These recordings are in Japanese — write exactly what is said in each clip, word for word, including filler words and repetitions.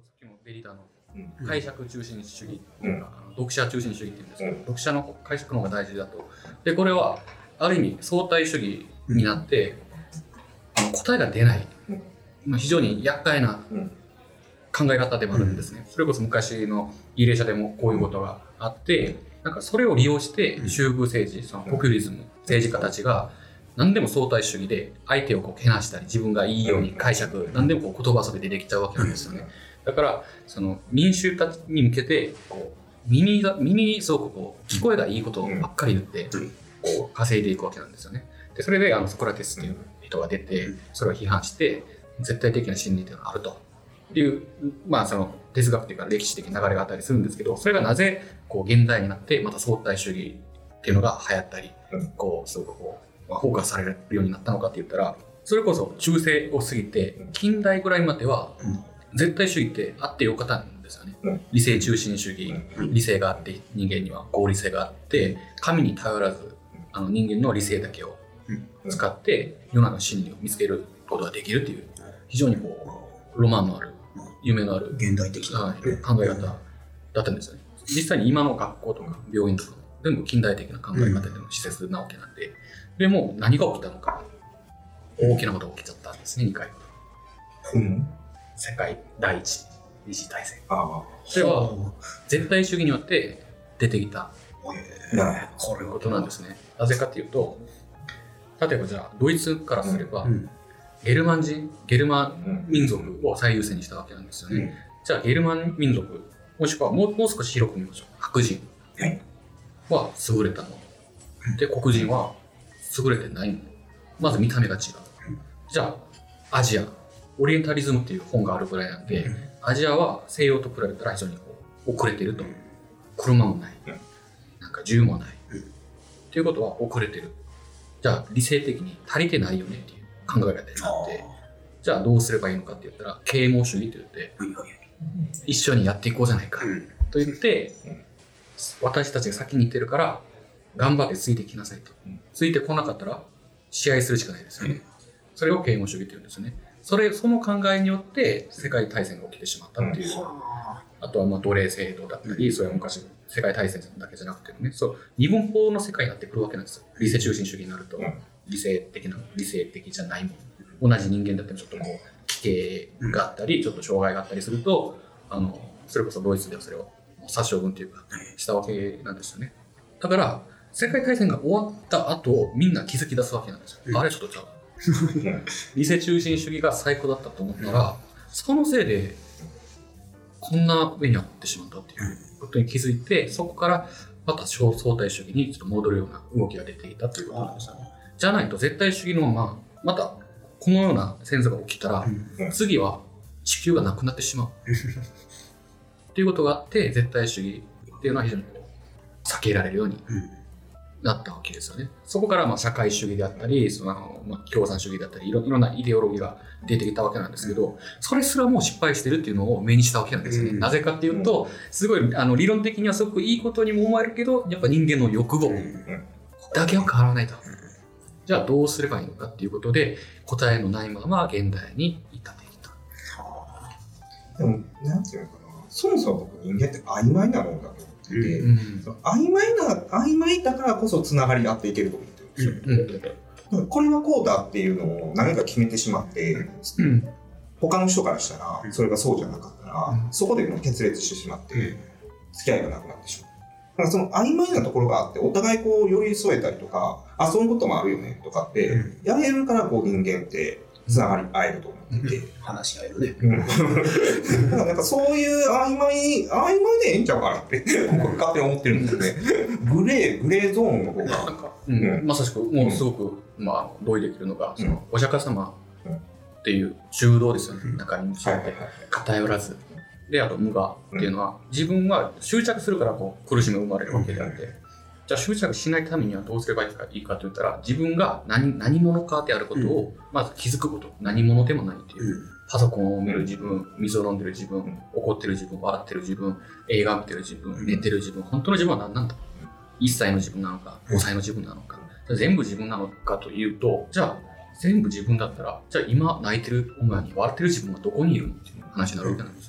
さっきのデリダの解釈中心主義というか、うん、読者中心主義っていうんですけど、うん、読者の解釈の方が大事だと。でこれはある意味相対主義になって、うん、答えが出ない、うん、非常に厄介な考え方でもあるんですね、うん、それこそ昔のギリシャでもこういうことがあって、なんかそれを利用して集合政治、そのポピュリズム、政治家たちが何でも相対主義で相手をこうけなしたり自分がいいように解釈、何でもこう言葉遊びでできちゃうわけなんですよね。だからその民衆たちに向けてこう耳が耳にすごくこう聞こえがいいことばっかり言ってこう稼いでいくわけなんですよね。でそれであのソクラテスっていう人が出てそれを批判して絶対的な真理というのがあるという、まあ、その哲学というか歴史的な流れがあったりするんですけど、それがなぜこう現代になってまた相対主義っていうのが流行ったりこうすごくこう、まあ、フォーカスされるようになったのかって言ったら、それこそ中世を過ぎて近代ぐらいまでは絶対主義ってあってよかったんですよね。理性中心主義、理性があって人間には合理性があって神に頼らずあの人間の理性だけを使って世の中の真理を見つけることができるっていう非常にこうロマンのある夢のある現代的な考え方だったんですよね。実際に今の学校とか病院とか全部近代的な考え方での施設なわけなんで、でも何が起きたのか、大きなことが起きちゃったんですね。にかいめ、うん、世界第一二次大戦。あそれは絶対主義によって出てきたこういうことなんですね。なぜかというと、例えばじゃあドイツからすれば、うん、ゲルマン人ゲルマン民族を最優先にしたわけなんですよね、うん、じゃあゲルマン民族もしくはもう、もう少し広く見ましょう。白人は優れたので、黒人は優れてないの。まず見た目が違う。じゃあアジアオリエンタリズムっていう本があるぐらいなんで、うん、アジアは西洋と比べたら非常にこう遅れてると。車もない、うん、なんか銃もない、うん、っていうことは遅れてる。じゃあ理性的に足りてないよねっていう考え方になって、じゃあどうすればいいのかって言ったら啓蒙主義と言って、うん、一緒にやっていこうじゃないか、うん、と言って、うん、私たちが先に行ってるから頑張ってついてきなさいと、うん、ついてこなかったら試合するしかないですよね、うん、それを啓蒙主義って言うんですよね。それその考えによって世界大戦が起きてしまったっていう、うん、あとはまあ奴隷制度だったり、うん、それは昔世界大戦だけじゃなくてね、そう二分法の世界になってくるわけなんですよ。理性中心主義になると、うん、理性的な理性的じゃないもの、同じ人間だってもちょっとこう奇形があったり、ちょっと障害があったりすると、あのそれこそドイツではそれを殺傷軍というかしたわけなんですよね。だから世界大戦が終わった後みんな気づき出すわけなんですよ、うん、あれちょっとちゃう理性中心主義が最高だったと思ったら、そのせいでこんな目に遭ってしまったっていうことに気づいて、そこからまた相対主義にちょっと戻るような動きが出ていたということなんですよね。じゃないと絶対主義のまままたこのような戦争が起きたら、次は地球がなくなってしまうっていうことがあって、絶対主義っていうのは非常にこう避けられるようになったわけですよね。そこからまあ社会主義であったり、そのまあ共産主義だったり、いろいろなイデオロギーが出てきたわけなんですけど、それすらもう失敗してるっていうのを目にしたわけなんですよね。うん、なぜかっていうと、すごいあの理論的にはすごくいいことにも思えるけど、やっぱ人間の欲望だけは変わらないと。じゃあどうすればいいのかっていうことで、答えのないまま現代に至ってきた。 でもなんていうのかな、そもそも僕人間って曖昧なものだと。でうん、曖昧な曖昧だからこそつながり合っていけると思ってるんですよ、うんうん、これはこうだっていうのを何か決めてしまって、うん、他の人からしたらそれがそうじゃなかったら、うん、そこで決裂してしまって付き合いがなくなってしまう。だからその曖昧なところがあってお互いこう寄り添えたりとか、あそういうこともあるよねとかってやれるからこう人間ってつながり合えると思ってて、うん、 話し合えるね、 うん、だからなんかそういう曖昧曖昧でええんちゃうかなって僕は勝手に思ってるんですよね。グレーグレーゾーンの方がなんか、 うんうん、まさしくもうすごく、うん、まあ同意できるのが、そのお釈迦様っていう中道ですよね、うん、中に向かって偏らずで、あと無我っていうのは、自分は執着するからこう苦しみが生まれるわけであって、うん、じゃあ執着しないためにはどうすればいいか、いいかと言ったら、自分が 何, 何者かであることをまず気づくこと、何者でもないっていう、うん、パソコンを見る自分、水を飲んでる自分、怒ってる自分、笑ってる自分、映画見てる自分、寝てる自分、本当の自分は何なんだ、いっさいの自分なのかごさいの自分なのか、全部自分なのかというと、じゃあ全部自分だったら、じゃあ今泣いてる女に笑ってる自分はどこにいるのっていう話になるわけなんですよね。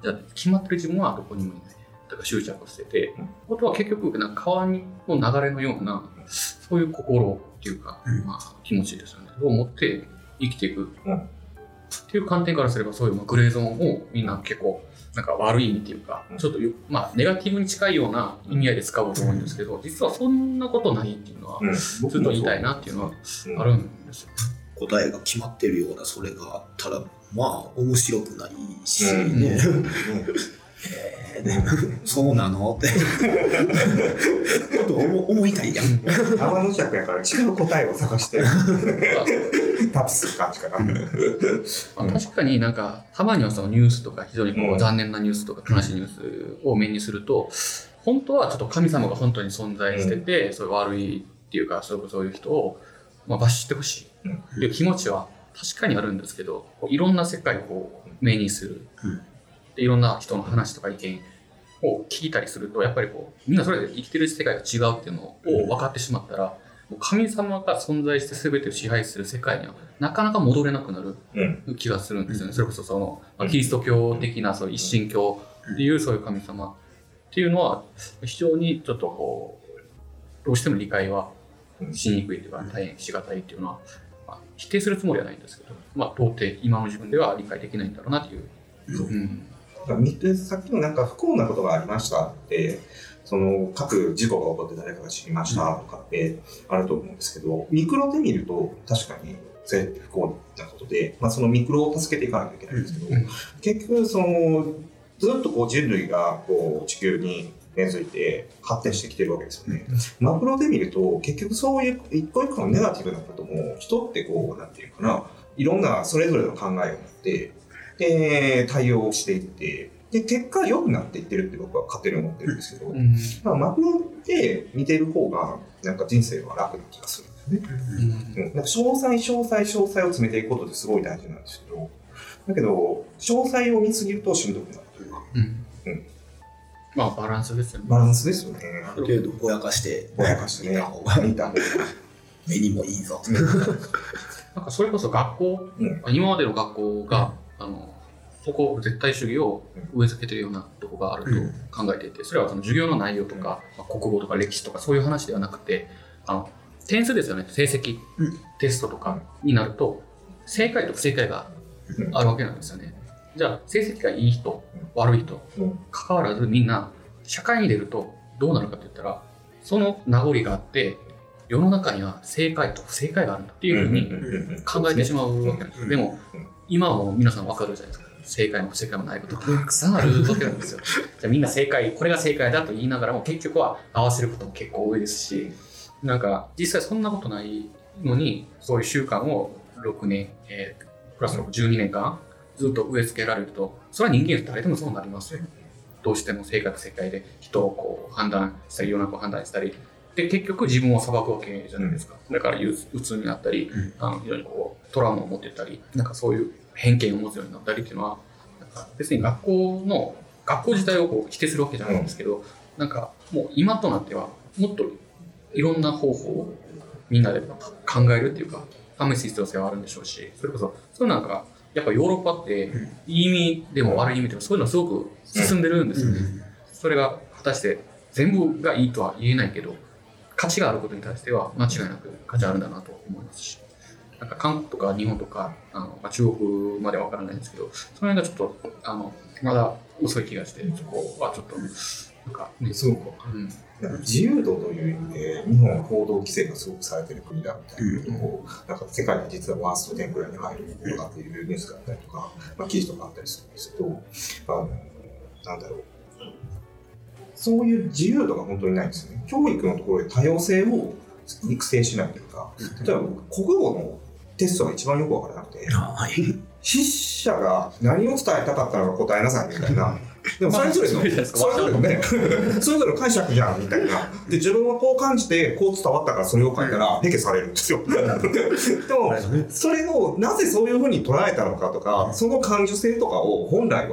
じゃあ決まってる自分はどこにもいない。だから執着してて、うん、ことは結局なんか川の流れのような、そういう心っていうか、うん、まあ気持ちですよね。を持って生きていく、うん、っていう観点からすれば、そういうグレーゾーンをみんな結構なんか悪い意味っていうか、うん、ちょっとまあネガティブに近いような意味合いで使うと思うんですけど、実はそんなことないっていうのは、うん、ずっと言いたいなっていうのはあるんですよ。 答えが決まってるようなそれがあったらまあ面白くないしね、うんうんえー、でそうなのってちょっと思いたいやん。 天の尺やから違う答えを探してタッチする感じかな、 まあ、確かになんかたまにはそのニュースとか非常にこう残念なニュースとか悲しいニュースを目にすると、本当はちょっと神様が本当に存在してて、うん、そういう悪いっていうかそういう人をまあ罰してほしいっていう気持ちは確かにあるんですけど、いろんな世界をこう目にする、うんでいろんな人の話とか意見を聞いたりすると、やっぱりこうみんなそれぞれ生きてる世界が違うっていうのを分かってしまったら、もう神様が存在して全てを支配する世界にはなかなか戻れなくなる気がするんですよね、うん、それこそその、まあ、キリスト教的なそういう一神教っていうそういう神様っていうのは非常にちょっとこうどうしても理解はしにくいというか大変しがたいっていうのは、まあ、否定するつもりはないんですけど、まあ、到底今の自分では理解できないんだろうなという、うんさっきのなんか不幸なことがありましたって、その各事故が起こって誰かが死にましたとかってあると思うんですけど、ミクロで見ると確かにそれって不幸なことで、まあ、そのミクロを助けていかないといけないんですけど、結局そのずっとこう人類がこう地球に根付いて発展してきてるわけですよね。マクロで見ると結局そういう一個一個のネガティブなことも人ってこうなんていうかな、いろんなそれぞれの考えを持ってで対応していってで結果良くなっていってるって僕は勝手に思ってるんですけど、うん、まあ、マクロで見てる方がなんか人生は楽な気がするんですよね、うんうん、なんか詳細詳細詳細を詰めていくことってすごい大事なんですけど、だけど詳細を見すぎるとしんどくなるというか、うんうん、 まあバランスですよね。 バランスですよね。 ある程度ぼやかしてぼやかしてね、見た方が目にもいいぞ。 なんかそれこそ学校、うん、今までの学校が、うん、あのそこ絶対主義を植え付けてるようなとこがあると考えていて、それはその授業の内容とか、まあ、国語とか歴史とかそういう話ではなくて、あの点数ですよね。成績、うん、テストとかになると正解と不正解があるわけなんですよね。じゃあ成績がいい人悪い人関わらずみんな社会に出るとどうなるかといったら、その名残があって世の中には正解と不正解があるんだっていうふうに考えてしまうわけなんです。でも今はもう皆さん分かるじゃないですか。正解も不正解もないことがたくさんあるわけなんですよ。じゃあみんな正解、これが正解だと言いながらも結局は合わせることも結構多いですし、なんか実際そんなことないのにそういう習慣をろくねん、えー、プラスろく、じゅうにねんかんずっと植え付けられると、それは人間誰でもそうなりますよ。どうしても正解不正解で人をこう判断したり世の中を判断したりで結局自分を裁くわけじゃないですか。だからうつになったり、うん、あの非常にこうトラウマを持ってたり、なんかそういう偏見を持つようになったりっていうのは、なんか別に学校の学校自体をこう否定するわけじゃないんですけど、うん、なんかもう今となってはもっといろんな方法をみんなで考えるっていうか試す必要性はあるんでしょうし、それこそそういうなんかやっぱヨーロッパっていい意味でも悪い意味でもそういうのすごく進んでるんですよね。それが果たして全部がいいとは言えないけど、価値があることに対しては間違いなく価値あるんだなと思いますし、なんか韓国とか日本とかあの、まあ、中国までは分からないんですけど、その辺がちょっとあのまだ遅い気がして、そこはちょっとなんか、ね、 すごく、うん、なんか自由度という意味で日本は報道規制がすごくされてる国だみたいなことを、うん、なんか世界に実はワーストじゅうくらいに入るとかっていうニュースがあったりとか、まあ、記事とかあったりするんですけど、あのなんだろう、そういう自由度が本当にないんですよね。教育のところで多様性を育成しないというか、例えば国語のテストが一番よくわからなくて、はい、筆者が何を伝えたかったのか答えなさいみたいな。でもそれぞれの、それぞれのね、それぞれの解釈じゃんみたいな。で、自分はこう感じて、こう伝わったからそれを書いたら、へけされるんですよ。でも、それをなぜそういうふうに捉えたのかとか、その感受性とかを本来は、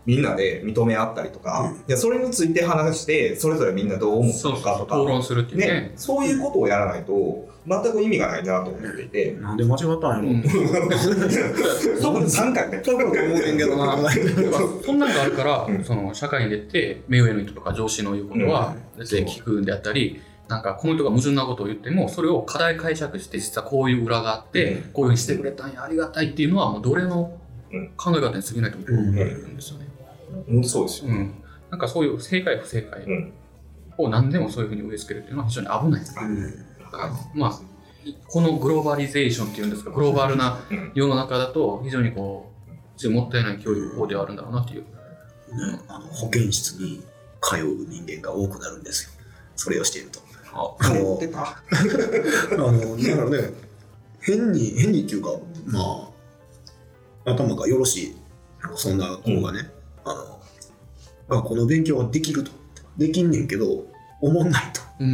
みんなで認め合ったりとか、うん、いやそれについて話してそれぞれみんなどう思ったのかとか討論するっていう ね, ねそういうことをやらないと全く意味がないなと思っていて、 うん、なんで間違ったんやろ、うん、 そこでさんかいねそういうこと思うねんけどなそんなのがあるから、うん、その社会に出て目上の人とか上司の言うことは絶対聞くんであったり、うん、なんかこの人が矛盾なことを言ってもそれを課題解釈して実はこういう裏があって、うん、こういうふうにしてくれたんやありがたいっていうのはもうどれの考え方に過ぎないと思うんですよね。 うん、そうですよ、ね、 うん。なんかそういう正解不正解を何でもそういうふうに植え付けるっていうのは非常に危ないです、うん、だからまあこのグローバリゼーションっていうんですかグローバルな世の中だと非常にこうもったいない教育法ではあるんだろうなっていう、ね、 あの保健室に通う人間が多くなるんですよそれをしているとああの出たあのだからね変に変にっていうかまあ頭がよろしいそんな子がね、うん、あの学校の勉強はできるとできんねんけど思んないとうん、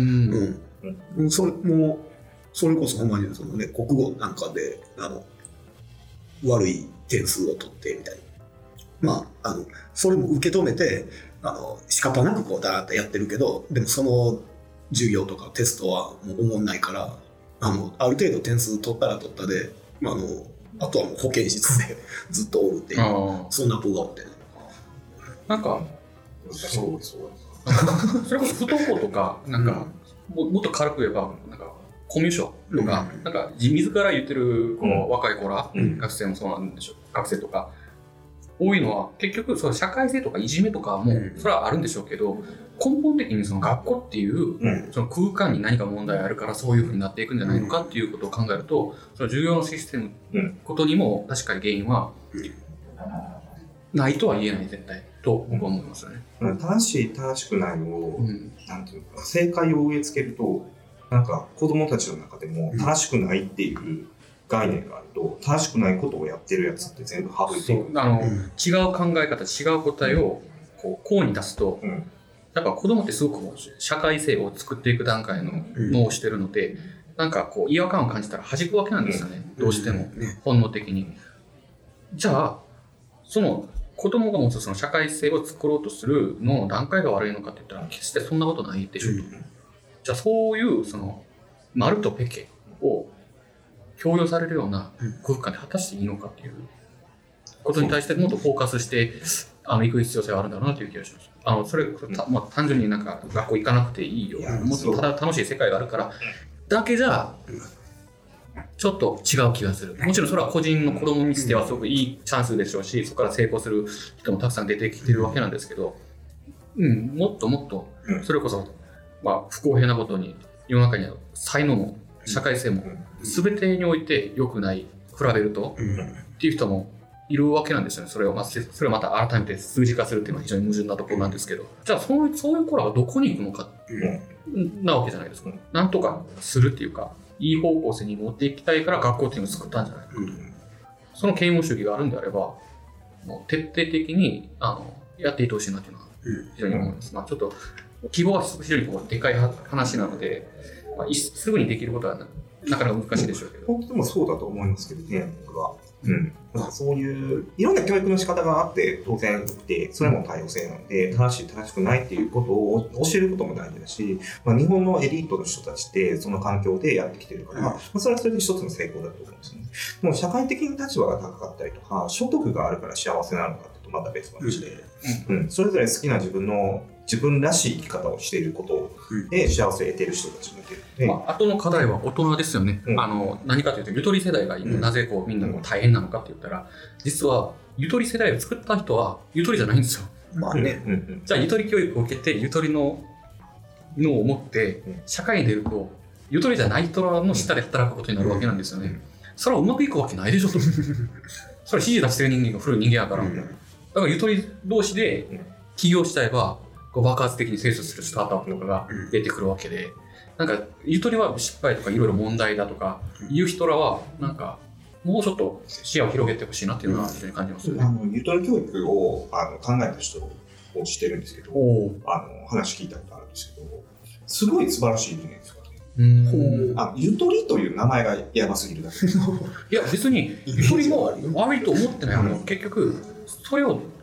うん、それもうそれこそほんまにそのね国語なんかであの悪い点数を取ってみたいなまああのそれも受け止めてあの仕方なくこうだーっとやってるけどでもその授業とかテストはもう思んないからあのある程度点数取ったら取ったで、まあ、あのあとはもう保健室でずっとおるっていうそんな子がおってねなんかそうそうそれこそ不登校とかなんか、うん、も, もっと軽く言えばなんかコミュ障とか、うん、なんか自ら言ってるこの若い子ら、うん、学生もそうなんでしょう学生とか多いのは結局その社会性とかいじめとかもそれはあるんでしょうけど根本的にその学校っていうその空間に何か問題あるからそういう風になっていくんじゃないのかっていうことを考えるとその授業のシステムことにも確かに原因はないとは言えない絶対と僕は思いますよね。 正しい正しくないを、うん、なんていうか正解を植え付けるとなんか子供たちの中でも正しくないっていう概念があると正しくないことをやってるやつって全部省いていく。 あの、うん、違う考え方違う答えをこう項に出すと、うん、やっぱ子供ってすごく社会性を作っていく段階の脳をしてるので、うん、なんかこう違和感を感じたら弾くわけなんですよね、うん、どうしても、うん、本能的に。じゃあその子供が持つその社会性を作ろうとする脳の段階が悪いのかって言ったら決してそんなことないでしょうと、うん、じゃあそういうその丸とペケを強要されるような空間で果たしていいのかっていうことに対してもっとフォーカスしてあの行く必要性はあるんだろうなという気がします。あのそれ、まあ、単純になんか学校行かなくていいよもっとただ楽しい世界があるからだけじゃちょっと違う気がする。もちろんそれは個人の子供にしてはすごくいいチャンスでしょうしそこから成功する人もたくさん出てきてるわけなんですけど、うん、もっともっとそれこそ、まあ、不公平なことに世の中には才能も社会性も全てにおいて良くない比べるとっていう人もいるわけなんですよね。それをまそれをまた改めて数字化するっていうのは非常に矛盾なところなんですけどじゃあそういう、そういう子らはどこに行くのかなわけじゃないですか。なんとかするっていうかいい方向性に持っていきたいから学校っていうのを作ったんじゃないかと、うん、その啓蒙主義があるんであればもう徹底的にあのやっていってほしいなっていうのは非常に思います、うんまあ、ちょっと希望は非常にこうでかい話なので、まあ、すぐにできることは な, なかなか難しいでしょうけど本当もそうだと思いますけどね僕は、うんまあ、そういういろんな教育の仕方があって当然よくてそれも多様性なので正しい正しくないっていうことを教えることも大事だし、まあ、日本のエリートの人たちってその環境でやってきてるから、うんまあ、それはそれで一つの成功だと思うんですよね。もう社会的に立場が高かったりとか所得があるから幸せなのかっていうとまた別の話で、うんうん、それぞれ好きな自分の自分らしい生き方をしていることで幸せを得ている人たちもいてるので、 まあ、後の課題は大人ですよね、うん、あの何かというとゆとり世代が今なぜこうみんなこう大変なのかって言ったら実はゆとり世代を作った人はゆとりじゃないんですよ。 まあね、 うんうん、 じゃあゆとり教育を受けてゆとりの脳を持って社会に出るとゆとりじゃない人の下で働くことになるわけなんですよね、うん、それはうまくいくわけないでしょとそれは指示出してる人間が古い人間やから、うん、だからゆとり同士で起業しちゃえばこう爆発的に成長するスタートアップとかが出てくるわけで、うん、なんかゆとりは失敗とかいろいろ問題だとかいう人らはなんかもうちょっと視野を広げてほしいなっていうのは非常に感じますよね。 あのゆとり教育をあの考えた人をしてるんですけどあの話聞いたことあるんですけどすごい素晴らしい理念ですからね。うんあゆとりという名前がやばすぎるだけいや別にゆとりも悪いと思ってない、うん、結局それを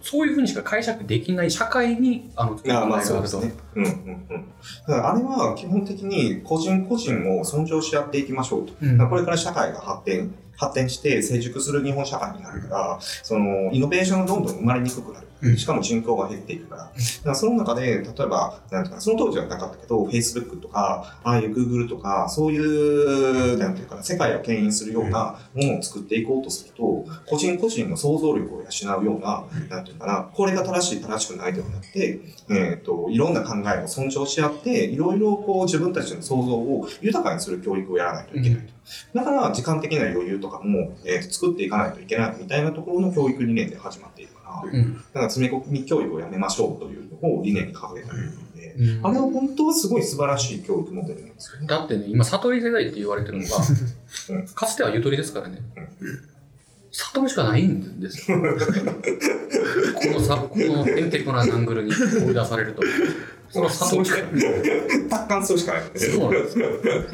そういうふうにしか解釈できない社会にあのいやまあそうですね。うんうんうん。だからあれは基本的に個人個人を尊重し合っていきましょうと。うん、これから社会が発展発展して成熟する日本社会になるから、そのイノベーションがどんどん生まれにくくなる。しかも人口が減っていくから。だからその中で、例えば、なんていうか、その当時はなかったけど、Facebook とか、ああいう Google とか、そういう、なんていうかな、世界を牽引するようなものを作っていこうとすると、個人個人の想像力を養うような、なんていうかな、これが正しい正しくないではなくて、えっと、いろんな考えを尊重し合って、いろいろこう自分たちの想像を豊かにする教育をやらないといけないと。だから、時間的な余裕とかも、えー、作っていかないといけないみたいなところの教育理念で始まっているから、うん、だから詰め込み教育をやめましょうというのを理念に掲げたりなので、うん、あれは本当はすごい素晴らしい教育モデルなんですよね。 だってね、今、悟り世代って言われてるのが、うん、かつてはゆとりですからね。うん、悟りしかないんですよ。このさ、このヘンテコなアングルに追い出されると。その悟りしかない。 達観するしかないんですよ。 そうなんですよ。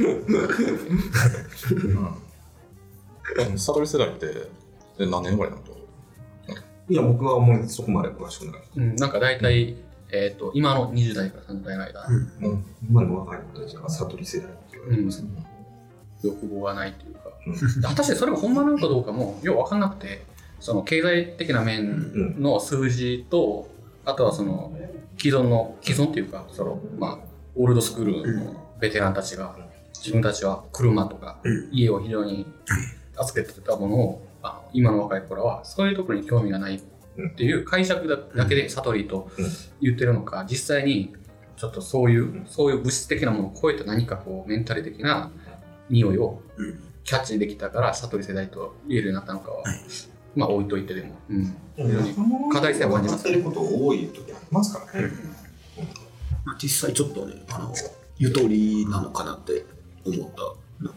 うん、悟り世代って何年ぐらいなの？ いや、僕はもうそこまで詳しくない。 うん、なんか大体、うん、えっと、今のにじゅう代からさんじゅう代の間。 うんうん、今の若い子たちが悟り世代って言われてますね。 うん、欲望がないというか。うん、果たしてそれが本間なのかどうかもよう分かんなくて、その経済的な面の数字と、あとはその既存の既存っていうかそのまあオールドスクールのベテランたちが自分たちは車とか家を非常に預けてたものをあの今の若い頃はそういうところに興味がないっていう解釈だけで悟りと言ってるのか、実際にちょっとそういうそういう物質的なものを超えた何かこうメンタル的な匂いをキャッチできたから悟り世代と言えるようになったのかは、はい、まあ置いといてでも、うん、非常に課題性は感じます。 やってること多い時ありますからね。 うん、実際ちょっとね、あのゆとりなのかなって思った、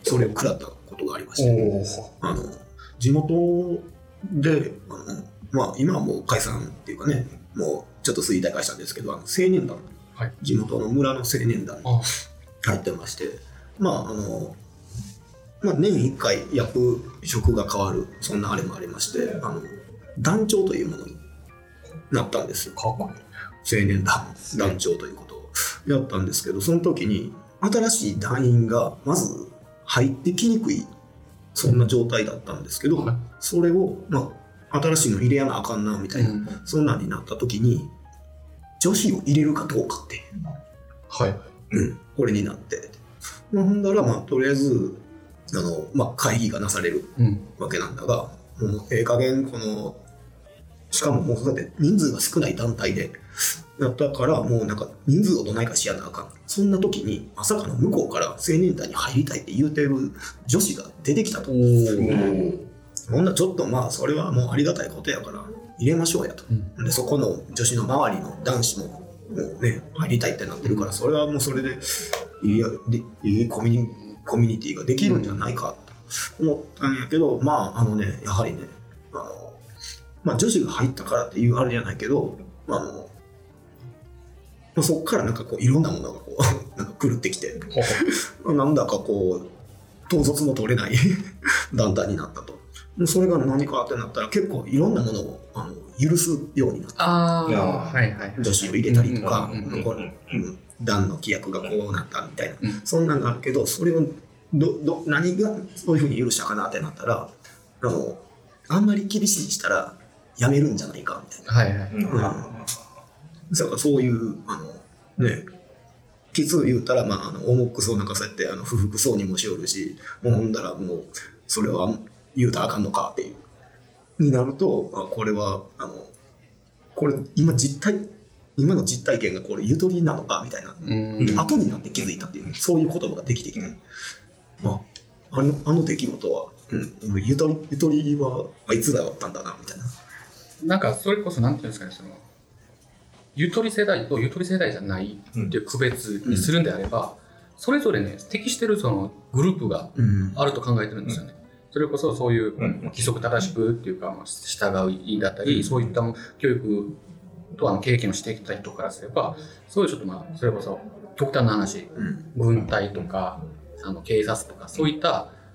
それを食らったことがありまして、あの地元であの、まあ、今はもう解散っていうかね、もうちょっと衰退したんですけど、あの青年団、はい、地元の村の青年団に入ってまして、まああのまあ、年いっかい役職が変わる、そんなあれもありまして、あの団長というものになったんですよ。かっこいい。青年団団長ということをやったんですけど、その時に新しい団員がまず入ってきにくい、そんな状態だったんですけど、それを、まあ、新しいの入れやなあかんなみたいな、うん、そんなんになった時に女子を入れるかどうかっていう、 はい、 うん、これになって、まあ、ほんだら、まあ、とりあえずあの、まあ、会議がなされるわけなんだが、うん、もうええ加減このしかももうだって人数が少ない団体でやったから、もうなんか人数をどないかしやなあかん、そんな時にまさかの向こうから青年団に入りたいって言うてる女子が出てきたと。ほんなちょっとまあそれはもうありがたいことやから入れましょうやと、うん、でそこの女子の周りの男子ももうね入りたいってなってるから、それはもうそれでいいいいコミュニコミュニティができるんじゃないかと思ったんやけど、まああのねやはりねあの、まあ、女子が入ったからっていうあれじゃないけど、まあ、あのまあ、そっからなんかこういろんなものがこうなんか狂ってきてなんだかこう統率の取れない団体になったと。それが何かってなったら結構いろんなものをあの許すようになった。 あ、はいはい、 女子を入れたりとか、団の規約がこうなったみたいな、うん、そんなのがあるけど、それをどど何がそういうふうに許したかなってなったら、あのあんまり厳しいにしたらやめるんじゃないかみたいな。 はいはい。うん、 だからそういうあのね。きつ言うたら、まあ、あの重くそうなんかそうやってあの不服そうにもしおるし、もうほんだらもうそれは言うたらあかんのかっていうになると、あこれはあのこれ今実体今の実体験がこれゆとりなのかみたいな、うん、後になって気づいたっていう、そういう言葉ができてきて、まあ、あのあの出来事は、うん、ゆとりゆとりはあいつらだったんだなみたいな。 なんかそれこそなんていうんですかね、そのゆとり世代とゆとり世代じゃないっていう区別にするんであれば、うん、それぞれね適してるそのグループがあると考えてるんですよね。うん、それこそそういう規則正しくっていうか従うだったり、うん、そういった教育とあの経験をしてきた人からすれば、そういうちょっとまあそれこそ極端な話、うん、軍隊とかあの警察とかそういった機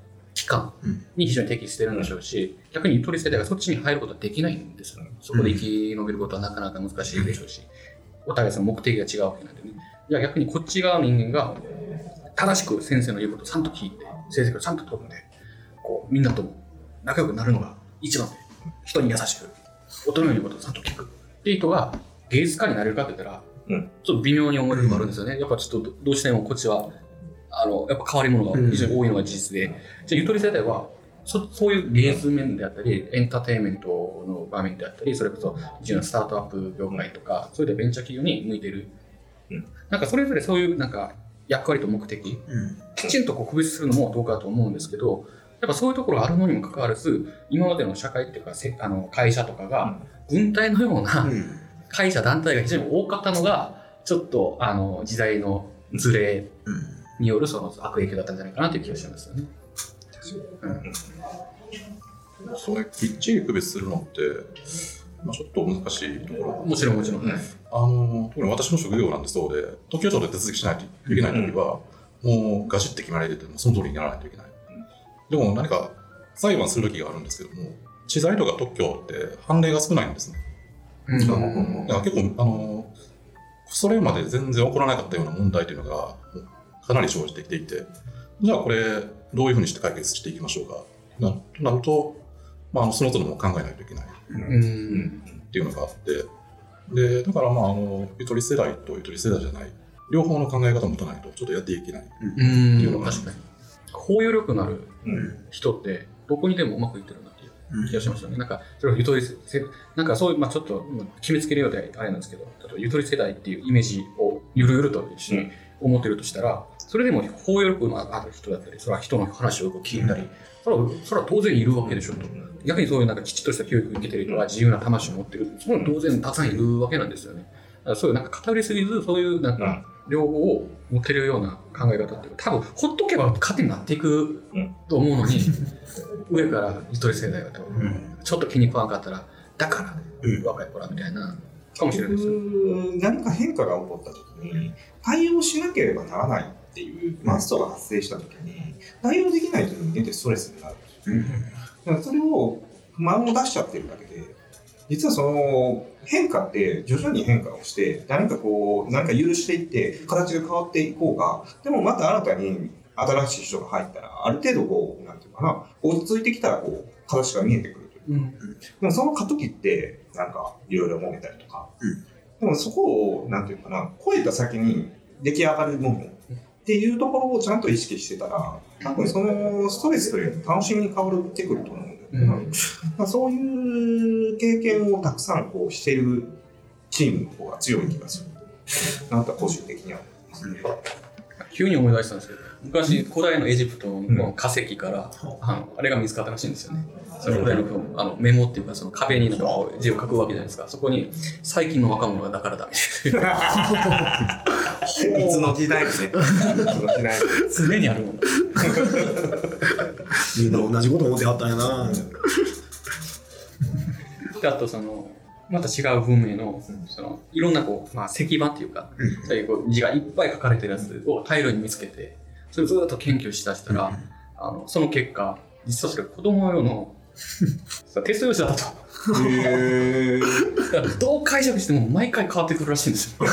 間に非常に適してるんでしょうし、逆にゆとり世代がそっちに入ることはできないんですよね。そこで生き延びることはなかなか難しいでしょうし、お互いその目的が違うわけなんでね。じゃあ逆にこっち側の人間が正しく先生の言うことをちゃんと聞いて、成績をちゃんと取って、こうみんなとも仲良くなるのが一番で、人に優しく、大人の言うことをちゃんと聞くっていう人が芸術家になれるかって言ったら、うん、ちょっと微妙に思えるのがあるんですよね。やっぱちょっとどうしてもこっちはあのやっぱ変わり者が非常に多いのが事実で、うん、じゃあゆとり世代は そ, そういう芸術面であったりエンターテインメントの場面であったり、それこそ非常にスタートアップ業界とか、そういうベンチャー企業に向いてる、うん、なんかそれぞれそういうなんか役割と目的、うん、きちんとこう区別するのもどうかと思うんですけど、やっぱそういうところがあるのにもかかわらず、今までの社会っていうかせあの会社とかが軍隊のような会社団体が非常に多かったのが、ちょっとあの時代のズレによるその悪影響だったんじゃないかなという気がしますよね。 うん、それきっちり区別するのって、まあ、ちょっと難しいところ。 もちろんもちろん、ね、 あの特に私の職業なんでそうで、特許庁で手続きしないといけないときは、うん、もうガチって決まられててもその通りにならないといけない。でも何か裁判する時があるんですけども、知財とか特許って判例が少ないんですね。うん、だから結構あのそれまで全然起こらなかったような問題というのがかなり生じてきていて、じゃあこれどういうふうにして解決していきましょうかなとなると、まあ、その都度も考えないといけない、うん、っていうのがあって、でだからまああのゆとり世代とゆとり世代じゃない両方の考え方を持たないとちょっとやっていけないっていうのが、確かに包容力のある人ってどこにでもうまくいってるなっていう気がしますよね。なんかそれをゆとり世なんかそういう、まあ、ちょっと決めつけるようであれなんですけど、ゆとり世代っていうイメージをゆるゆると一緒に思ってるとしたら、それでも包容力のある人だったり、それは人の話をよく聞いたり、それはそれは当然いるわけでしょと。逆にそういうなんかきちっとした教育を受けてる人は自由な魂を持ってる、それは当然たくさんいるわけなんですよね。だからそういうなんか偏りすぎず、そういうなんか両方を持ってるような考え方っていうか、多分ほっとけば勝手になっていくと思うのに、上からゆとり世代が多分ちょっと気に食わんかったら、だから若い子らみたいなかもしれないですよ。 何か変化が起こった時に対応しなければならないっていうマストが発生した時に対応できないと人間ってストレスになるんですよ、うん、だからそれを不満を出しちゃってるだけで、実はその変化って徐々に変化をして何かこう何か許していって形が変わっていこうが、でもまた新たに新しい人が入ったらある程度こうなんていうかな、落ち着いてきたらこう形が見えてくるというか、うん、でもその過渡期ってなんかいろいろ揉めたりとか、うん、でもそこをなんていうかな、超えた先に出来上がるものっていうところをちゃんと意識してたら、多分そのストレスという楽しみに変わってくると思うんだよね。うん、そういう経験をたくさんこうしているチームの方が強い気がする。なんか個人的には思いますね。 急に思い出したんですけど、昔古代のエジプトの化石から、うん、あのあれが見つかったらしいんですよね。その古代のあのメモっていうかその壁になんか字を書くわけじゃないですか。そこに最近の若者がだからダメ。いつの時代ですね。 常にあるもん。 みんな同じこと思ってはったんやな。 であとそのまた違う文明のそのいろんなこうまあ石板っていうか、うん、そういうこう字がいっぱい書かれてるやつを大量に見つけて、それをずっと研究しだしたら、うん、あのその結果実はそれ子供用のテスト用紙だったと。へー。どう解釈しても毎回変わってくるらしいんですよ。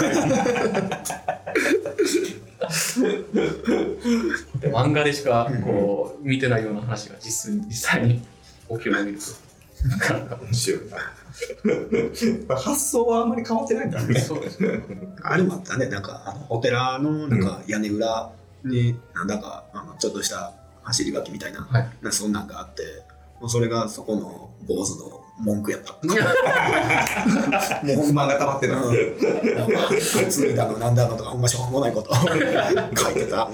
で漫画でしかこう見てないような話が 実, 実際に起きるのを見るとなかなか面白いな。発想はあんまり変わってないんだね。 そうですね。 あれもあったね、なんかあのお寺のなんか屋根裏になんだかあのちょっとした走り書きみたいな、はい、なそんなんがあって、もうそれがそこの坊主の文句やった。もう不満が溜まってた。 ついだのなんだのとかほんましょうもないこと書いてた。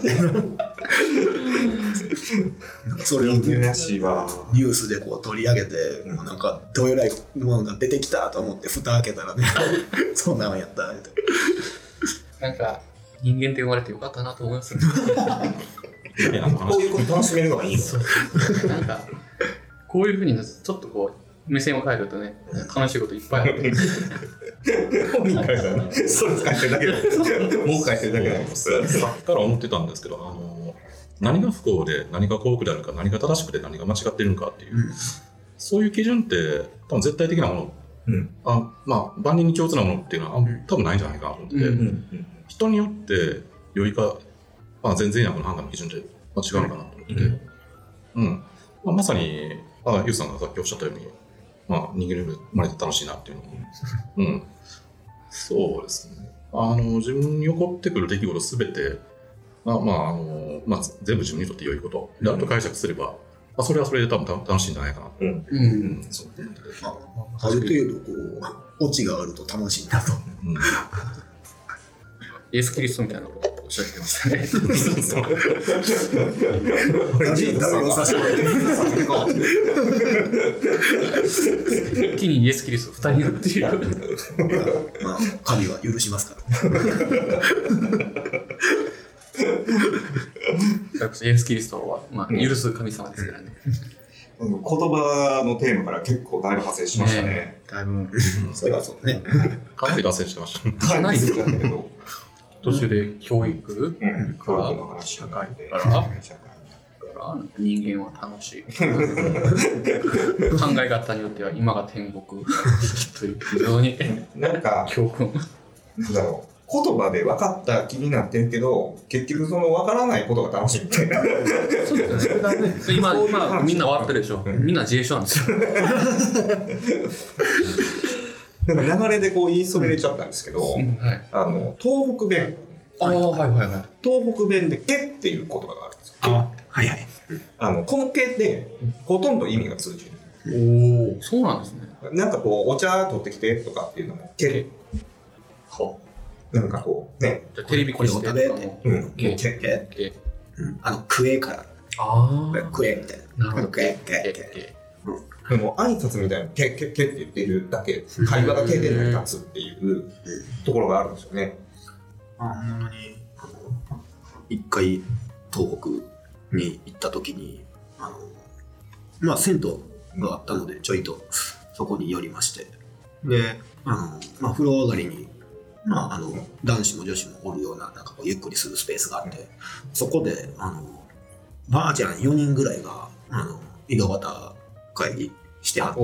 それをニュースでこう取り上げて、うん、なんかどえらいものが出てきたと思って蓋開けたらね、そんなんやった。 なんか人間って生まれてよかったなと思いますね。 こういうこと楽しめるのがいいの。 なんかこういう風にちょっとこう目線を変えるとね、楽しいこといっぱいあって。 本人からしたらストレス返してるだけだ。文句返してるだけだ。 さっきから思ってたんですけど、あの何が不幸で何が幸福であるか、何が正しくて何が間違っているのかっていう、うん、そういう基準って多分絶対的なもの、うん、あまあ万人に共通なものっていうのは多分ないんじゃないかなと思って、うんうんうん、人によって良いか、まあ、全然悪の判断の基準って違うのかなと思ってて、うんうんまあ、まさにあゆうさんがさっきおっしゃったように、まあ、人間に生まれて楽しいなっていうのも、うん、そうですね。あの自分に起こってくる出来事すべてまあまああのまあ、全部自分にとって良いことであると解釈すれば、まあ、それはそれで多分楽しいんじゃないかなと、うんうんうん、そうまあ、ある程度こうオチがあると楽しいなと、うん、 イエス・キリストみたいなことをおっしゃってましたね。そうそう一気にイエス・キリストふたりいるっていう、 まあ、神は許しますからイエス・キリストは、まあ、許す神様ですからね。 言葉のテーマから結構だいぶ派生しましたね。ねだいぶ、 それはそうね。 かなり脱線してました。 かなりですけど、途中で教育から社会から人間は楽しい。考え方によっては今が天国という非常になんか教訓。 なんだろう。言葉で分かった気になってるけど、結局その分からないことが楽しいみたいな。 そうですよね。今、今みんな笑ってるでしょ。みんな自衛書なんですよ。 なんか流れでこう言いそびれちゃったんですけど、はい、あの東北弁。 ああはいはいはい。 東北弁でけっていう言葉があるんですよ。 あはいはい。あのこのけでほとんど意味が通じる。おおそうなんですね。 なんかこうお茶取ってきてとかっていうのもけ。は。なんかこうね、 じゃテレビこれを食べて、 うん、けけけ、あの食えから、ああ、食えみたいな、なるほど、けけけ、 でも挨拶みたいなけけけって言ってるだけ、会話だけで成り立つっていうところがあるんですよね。 あほんまに一回東北に行った時に、あのまあ銭湯があったのでちょいとそこに寄りまして、で、あのまあ風呂上がりにまあ、あの男子も女子もおるような、なんかこうゆっくりするスペースがあって、そこであのばあちゃんよにんぐらいがあの井戸端会議してはって、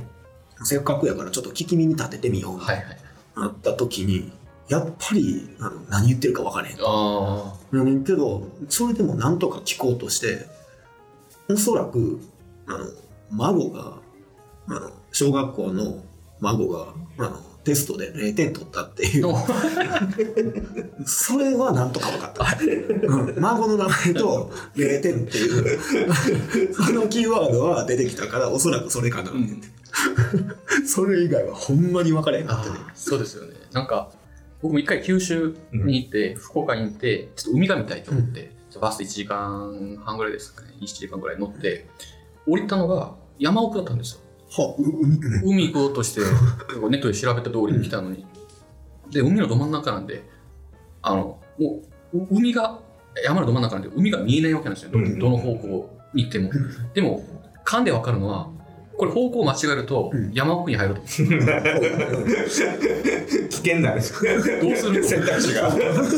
せっかくやからちょっと聞き耳立ててみようとなった時に、やっぱりあの何言ってるか分からへんと。うんけどそれでもなんとか聞こうとして、おそらくあの孫があの小学校の孫があのテストでれいてん取ったっていうそれはなんとか分かった、うん、孫の名前とれいてんっていうそのキーワードは出てきたからおそらくそれかな、うん、それ以外はほんまに分からへんかったね。 そうですよね。なんか僕も一回九州に行って、うん、福岡に行ってちょっと海が見たいと思って、うん、バスでいちじかんはんぐらいですかね、いちじかんぐらい乗って降りたのが山奥だったんですよ。は海行こうとしてネットで調べた通りに来たのに、で海のど真ん中なんで、あのもう海が山のど真ん中なんで海が見えないわけなんですよ、ど, どの方向に行っても。でも勘で分かるのはこれ方向を間違えると山奥に入ると、うん、危険なんですよ。 どうする選択肢が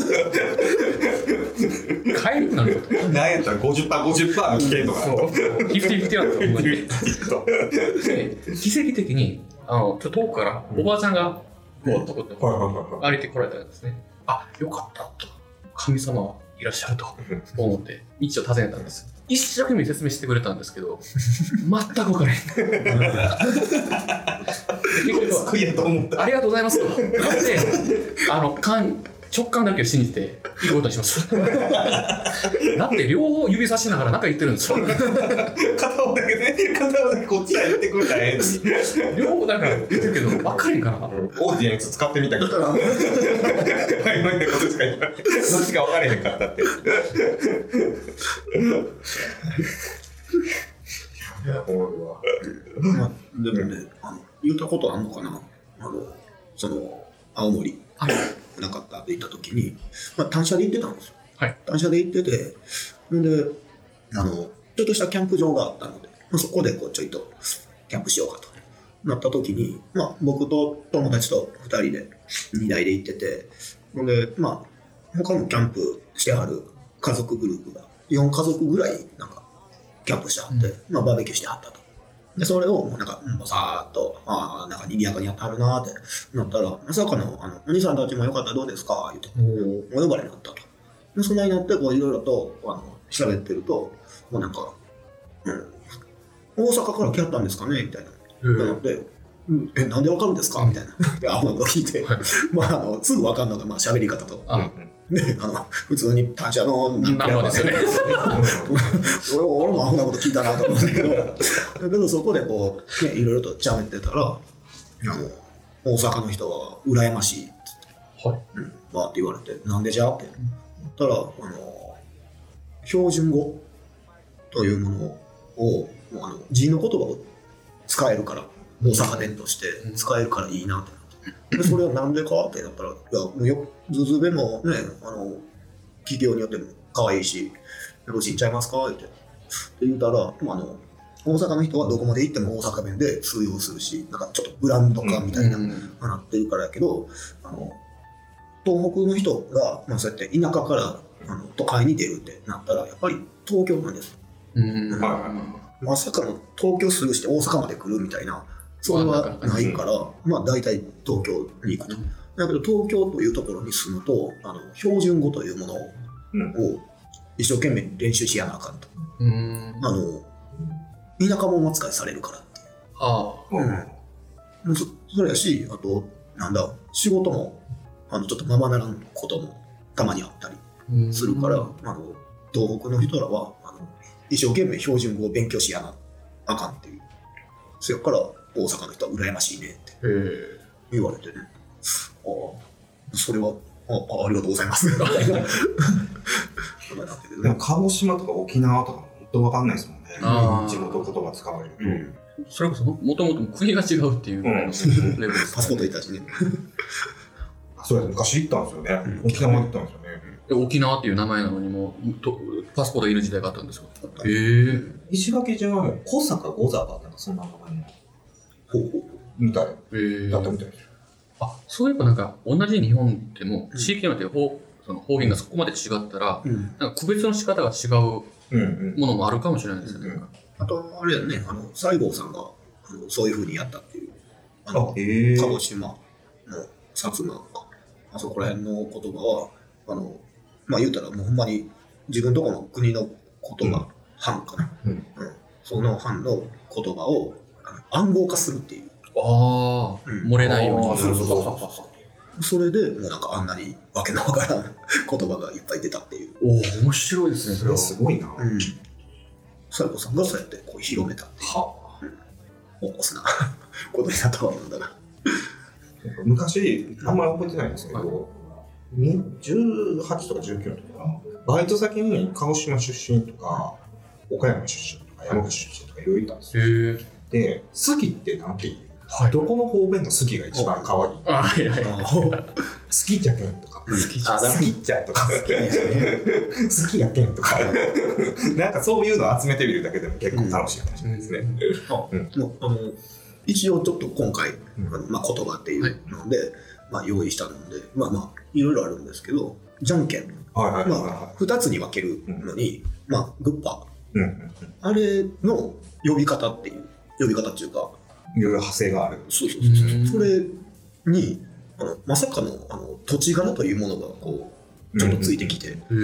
帰るくなると。 何やったら ごじゅっパーセント、ごじゅっパーセント の危険とか。そう。フィフティフィフティなんですよ。で、奇跡的に、あの、ちょっと遠くからおばあちゃんが、こう、とこって歩いてこられたんですね。あ、よかったと。神様はいらっしゃると思って、道を尋ねたんです。一生懸命説明してくれたんですけど、全く分からへん。 救いやと思った。 ありがとうございますと。で、あの、感、直感だけを信じていくことにします。だって両方指さしながら何か言ってるんですよ。 片方だけね、片方だけこっちは言ってくれたらええのに。 両方だから言ってるけど分かるから。オーディエンス使ってみたけど。はい、今言ったことしか言わない。どっちか分からへんかったって。いや、おもろいわ。 まあ、でもね、あの言ったことあんのかな。あのその青森。はい、なかったって言った時に、まあ、単車で行ってたんですよ、はい、単車で行ってて、であのちょっとしたキャンプ場があったので、まあ、そこでこうちょいとキャンプしようかとなった時に、まあ、僕と友達とふたりでにだいで行ってて、で、まあ、他のキャンプしてはる家族グループがよんかぞくぐらいなんかキャンプしてはって、うん、まあバーベキューしてはったと。でそれをもうなんか、うん、さーっとああなんか賑やかにやってはるなーってなったら、まさかのあのお兄さんたちもよかったらどうですか言ってお呼ばれになったと。でそんなになってこういろいろとあの喋ってるともうなんか、うん、大阪から来はったんですかねみたいな。ってなって、うん、えなんでわかるんですかみたいな。でアホなこと聞いて、まああのすぐわかんのがまあ喋り方と。であの普通に単車のなんかやですよね。俺俺もアホなこと聞いたなと思うんだけど、だけどそこでこうねいろいろと喋ってたら、あの大阪の人は羨ましいっつって、はい、うん、まあって言われて、なんでじゃって言ったら、あの標準語というものをあの字の言葉を使えるから、大阪弁として使えるからいいなって。でそれはなんでかってなったら、いやもうよズズベもね、あの企業によっても可愛いしよろしいんちゃいますかってって言ったら、あの大阪の人はどこまで行っても大阪弁で通用するし、なんかちょっとブランド化みたいな、うん、なってるからやけど、あの東北の人が、まあ、そうやって田舎からあの都会に出るってなったらやっぱり東京なんです、うんうん、まさかの東京スルーして大阪まで来るみたいな、それはないから、まあ大体東京に行くと。だけど東京というところに住むと、あの標準語というものを一生懸命練習しやなあかんと。うん、あの田舎者扱いされるからっていう。ああ、うん、そ, それやし、あとなんだ仕事もあのちょっとままならんこともたまにあったりするから、あの東北の人らはあの一生懸命標準語を勉強しやなあかんっていう。それから大阪の人は羨ましいねって言われてね、ああそれは あ, あ, ありがとうございますみたいな。 でも鹿児島とか沖縄とかも本当分かんないですもんね。地元言葉使われると、うん、 それこそもともと国が違うっていうぐらいのレベルです、ね、 パスポートいたしね。 そうです、昔行ったんですよね、うん、沖縄に行ったんですよね。 で沖縄っていう名前なのにもとパスポートいる時代があったんですよ。へー、 石垣島は小坂五座がなんかそんな名前のほうほうみたい、えー、だったみたいです。 あ、そういえばなんか同じ日本でも地域によって方、その方言がそこまで違ったら、うん、なんか区別の仕方が違うものもあるかもしれないですよね。うんうん、 あとあれだね、あの西郷さんがあのそういう風にやったっていう、あの、えー、鹿児島の薩摩かあそこら辺の言葉はあのまあ言うたらもうほんまに自分とこの国の言葉、うん、藩かな、うんうん、その藩の言葉を暗号化するっていう。ああ、うん、漏れないように。そうそうそうそう。それでもうなんかあんなにわけのわからん言葉がいっぱい出たっていう。 おお、面白いですね。 それはすごいな。うん。 西郷さんがそうやってこう広めたっていう。はあ。うん、おこすなことになったわけだな。 昔あんまり覚えてないんですけど、じゅうはちとかじゅうきゅうの時かな。バイト先に鹿児島出身とか岡山出身とか山口出身とかいろいろいたんですよ。へー。で、好きってなんていう、はい、どこの方言の好きが一番可愛い。あ、はいはいはい。好きじゃけんとか、好きじゃ好きじゃとか、好き好きやけんとか、なんかそういうのを集めてみるだけでも結構楽しいかもしれないですね。うんうん、あの一応ちょっと今回、うんまあ、言葉っていうので、はいまあ、用意したので、まあまあいろいろあるんですけど、じゃんけん、はいはいはいはい、まあふたつに分けるのに、うん、まあグッパー、うんうんうん、あれの呼び方っていう。呼び方っていうかいろいろ派生がある。 そうそうそうそう。それにあのまさかのあの土地柄というものがこうちょっとついてきて、うん、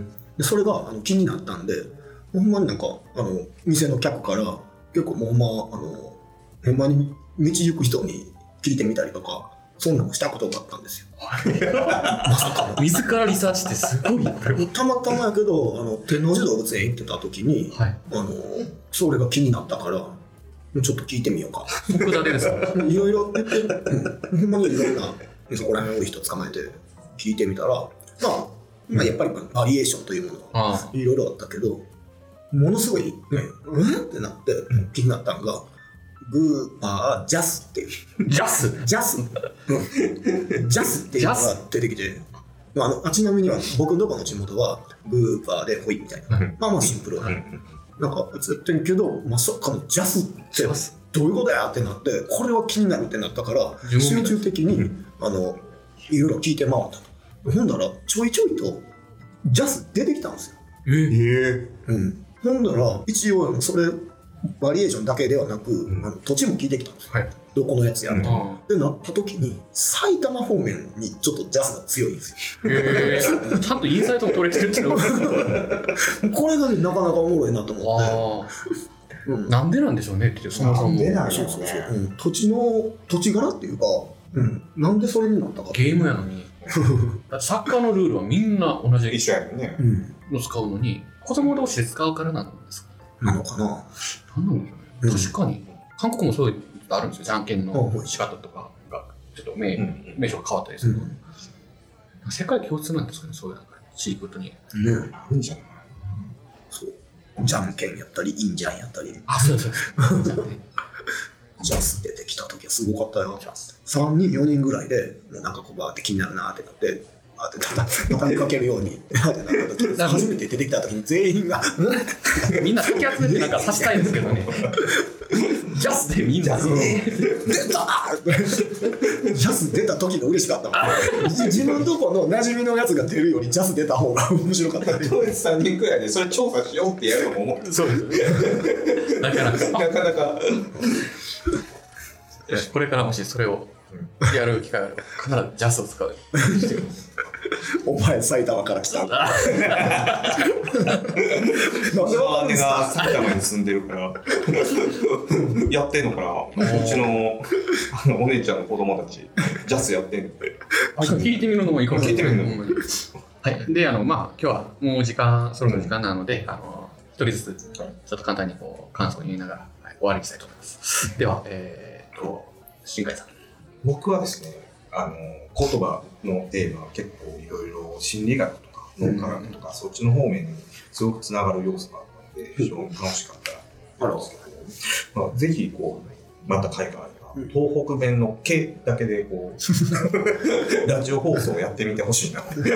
でそれがあの気になったんで、ほんまになんかあの店の客から結構もうほんまあのほんまに道行く人に聞いてみたりとかそんなのしたことがあったんですよ。 まさかの自らリサーチってすごい。 たまたまやけどあの天王寺動物園行ってた時に、はい、あのそれが気になったから。ちょっと聞いてみようか。 僕だけですか。 いろいろ言って、ほんまにいろんなそこら辺の人捕まえて聞いてみたら、まあ、まあ、やっぱりバリエーションというものがいろいろあったけど、ものすごいね、うんってなって気になったのが、グーパージャスっていう。 ジャスジャスジャスっていうのが出てきて、あのちなみには僕のとこの地元はグーパーでホイみたいな。まあまあシンプルな。なんか言ってるけど、まさかのジャスってどういうことやってなって、これは気になるってなったから集中的にあのいろいろ聞いて回ったと。ほんだらちょいちょいとジャス出てきたんですよ。 ええうん。ほんなら、一応、それ、バリエーションだけではなく、 うんあの土地も聞いてきたんですよ。 はい。 どこのやつやると。 あで、なった時に、埼玉方面にちょっとジャズが強いんですよ。 へえ。ちゃんとインサイトも取れてるっていうのこれがね、なかなかおもろいなと思って。 ああ。 うんなんでなんでしょうねっていう、そもそも。 なんでなんそうそうそう、うん、土地の土地柄っていうか、うん、なんでそれになったかゲームやのに。だってサッカーのルールはみんな同じ一緒やよね。 うんの使うのに、子供同士で使うからなんですか？ なのかな。 なんなんでしょうね。 うん確かに。韓国もそういうのあるんですよ。じゃんけんのはい仕方とかが、ちょっと名,、 うん名称が変わったりするの、世界共通なんですかね、そういうのが。地域ごとに。 ね、 あるんじゃない？ そうじゃんけんやったりインジャンやったりあ、そうそうそう。 ジャス出てきた時はすごかったよ。さんにんよにんぐらいでもうなんかこうバーって気になるなってなってバーって畳みかけるようにバーってなった時初めて出てきた時に全員がみんな先集めてなんか刺したいんですけどね。ジャスでみんな。 出たージャス出た時が嬉しかったもん。自分とこの馴染みのやつが出るよりジャス出た方が面白かったね。 当時さんにんくらいでそれ調査しようってやるのも思う。 そうですね。なかなか。 なかなか。 これからもしそれをやる機会があれば必ずジャスを使う。 お前埼玉から来た。なんでわかんないんすがか。 埼玉に住んでるからやってんのかな。うちのあのお姉ちゃんの子供たちジャスやってんのって。 聞いてみるのもいいかもしれない。 聞いてみるの。 はい。で、あの、まあ、今日はもう時間、そろそろ時間なので、あの、一人ずつ、ちょっと簡単にこう、感想を言いながら、はい、終わりにしたいと思います。では、えーっと、新海さん。 僕はですね、あの言葉のテーマは結構いろいろ心理学とか脳科学とか、そっちの方面にすごくつながる要素があったので非常に楽しかったんですけど、まあ、ぜひこうまた海外が東北弁の「け」だけでこうラジオ放送をやってみてほしいな。どう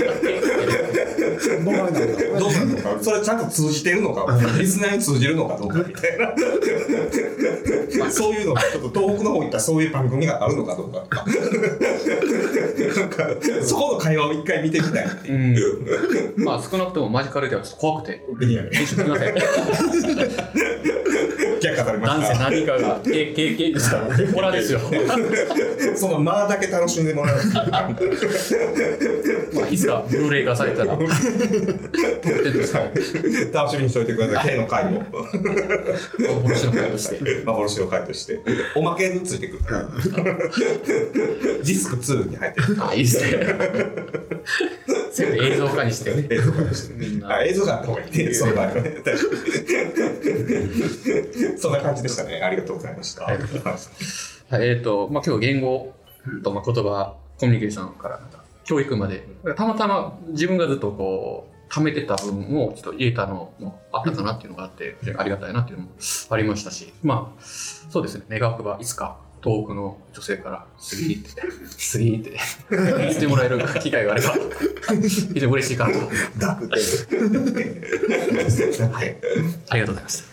なるのか、それちゃんと通じてるのか、リスナーに通じるのかどうかみたいな。そういうのがちょっと東北の方に行ったらそういう番組があるのかどうかとか。なんかそこの会話を一回見てみたいっていう。 うん、まあ少なくともマジカルではちょっと怖くて。 いやいやすみません。 逆語りました。 男性何かが経験ですから、ホラーですよ。 その間だけ楽しんでもらう。 まあいつかブルーレイ化されたら、 楽しみにしておいてください。K の回を幻の回として、 幻の回としておまけについてくる。ディスクツーに入ってる。 あ、いいですね。全部映像化にしてね。 映像化にしてみんな。あ、映像があった方がいいね。その場合はね。そんな感じでしたね。ありがとうございました。 はい、えっと、まあ、今日言語と、まあ、言葉、コミュニケーションから教育まで、たまたま自分がずっとこう、貯めてた部分をちょっと言えたのもあったかなっていうのがあって、ありがたいなっていうのもありましたし、まあ、そうですね、願わくばいつか遠くの女性からスリーって、スリーって言ってもらえる機会があれば、非常に嬉しいかなと。 ダクテル。 はい。ありがとうございました。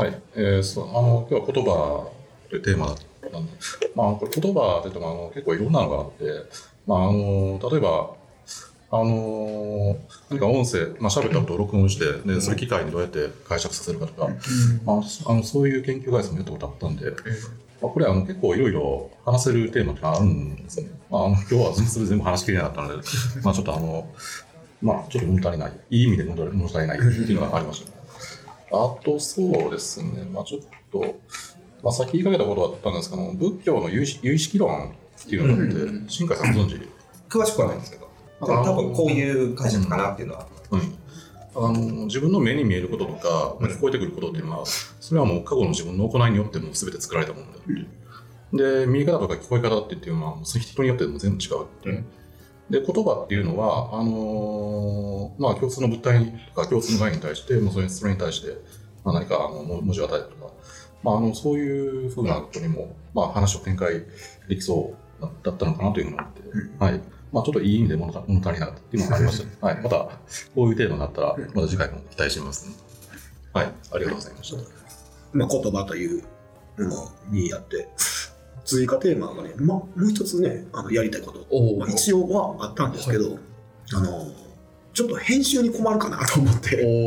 はい、えー、そうあの今日は言葉というテーマだったんで、まあ、これ言葉といってもあの結構いろんなのがあって、まあ、あの例えばあの何か音声、まあ、喋ったことを録音してでそれ機械にどうやって解釈させるかとか、まあ、あのそういう研究会社もやったことあったんで、まあ、これはあの結構いろいろ話せるテーマってあるんですよね。まあ、あの今日はそれ全部話しきれなかったので、まあ、ちょっとあの、まあ、ちょっと物足りない、いい意味で物足りないっていうのがありましたね。あとそうですね、まあ、ちょっと、まあ、さっき言いかけたことだったんですけど、仏教の有意有意識論っていうのがあって、うん、新海さんご存知？ 詳しくはないんですけど、多分こういう解釈かなっていうのは。 うんうん、あの自分の目に見えることとか、まあ、聞こえてくることっていうのは、それはもう過去の自分の行いによっても全て作られたものだっていう。で、見え方とか聞こえ方っていうのは、その人によっても全部違うっていう。で、言葉っていうのは、あのー、まあ、共通の物体とか共通の概念に対して、もうそれそれに対して、まあ、何かあの文字を与えるとか、まあ、あのそういうふうなことにも、まあ、話を展開できそうだったのかなというふうに思って、うん、はい。まあ、ちょっといい意味で物足りなかったっていうのがありました、はい。また、こういう程度になったら、また次回も期待してます、ね。はい。ありがとうございました。 まあ、言葉というのにやって、追加テーマがね、まあ、もう一つね、あのやりたいこと、まあ、一応はあったんですけど、あの、 ちょっと編集に困るかなと思って、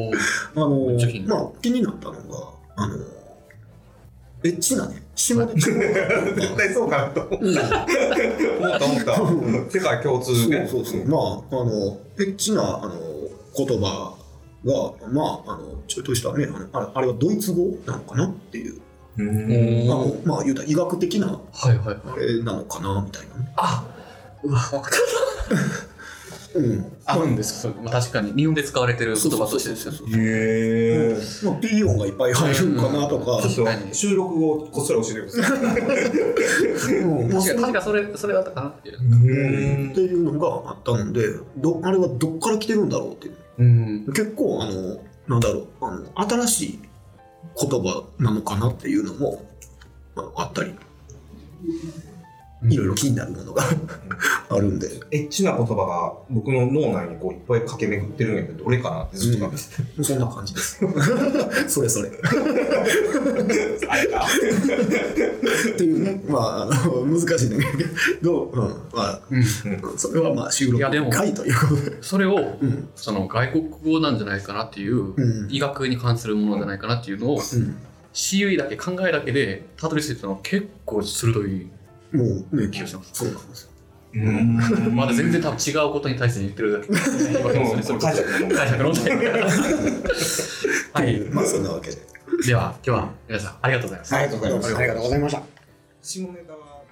あのめっちゃ気になるまあ気になったのがあのエッチなね下ネタ絶対そうかなと思った思った思った世界共通ね。 そうそうそう、まああのエッチなあの言葉がまああのちょっとしたねあのあれあれはドイツ語なのかなっていう、 うんあのまあ言うたら医学的なはいはいあれなのかなみたいなね。 あうわ分かったうん、 あるんですよ、まあ、確かに日本で使われてる言葉としてですよね。 へまあ、ピー音がいっぱい入るんかなとか、 ちょっと収録後こっそり教えてください。 うんまあ確か確かそれそれだったかなっていう。 っていうのがあったのでどあれはどっから来てるんだろうっていう、 うん結構あのなんだろうあの新しい言葉なのかなっていうのも、まあ、あったりいろいろ気になるものがあるんで、 エッチな言葉が僕の脳内にこういっぱい駆け巡ってるんやけどどれかなってずっと考えてそんな感じですそれそれあれかっていうね、まあ、あの難しいんだけど、うんまあうんそれはまあ収録いやでも回ということで、 それをうんその外国語なんじゃないかなっていう、 うん医学に関するものじゃないかなっていうのをうん思維だけ考えだけでたどり着いたのは結構鋭いもうね気がします。 そうなんですよ。 うんまだ全然多分違うことに対して言ってるだけ言われますね。それこそ解釈の問題解釈の問題はい。 まあそんなわけで。 では今日は皆さんありがとうございます。 ありがとうございます。ありがとうございました。 下ネタは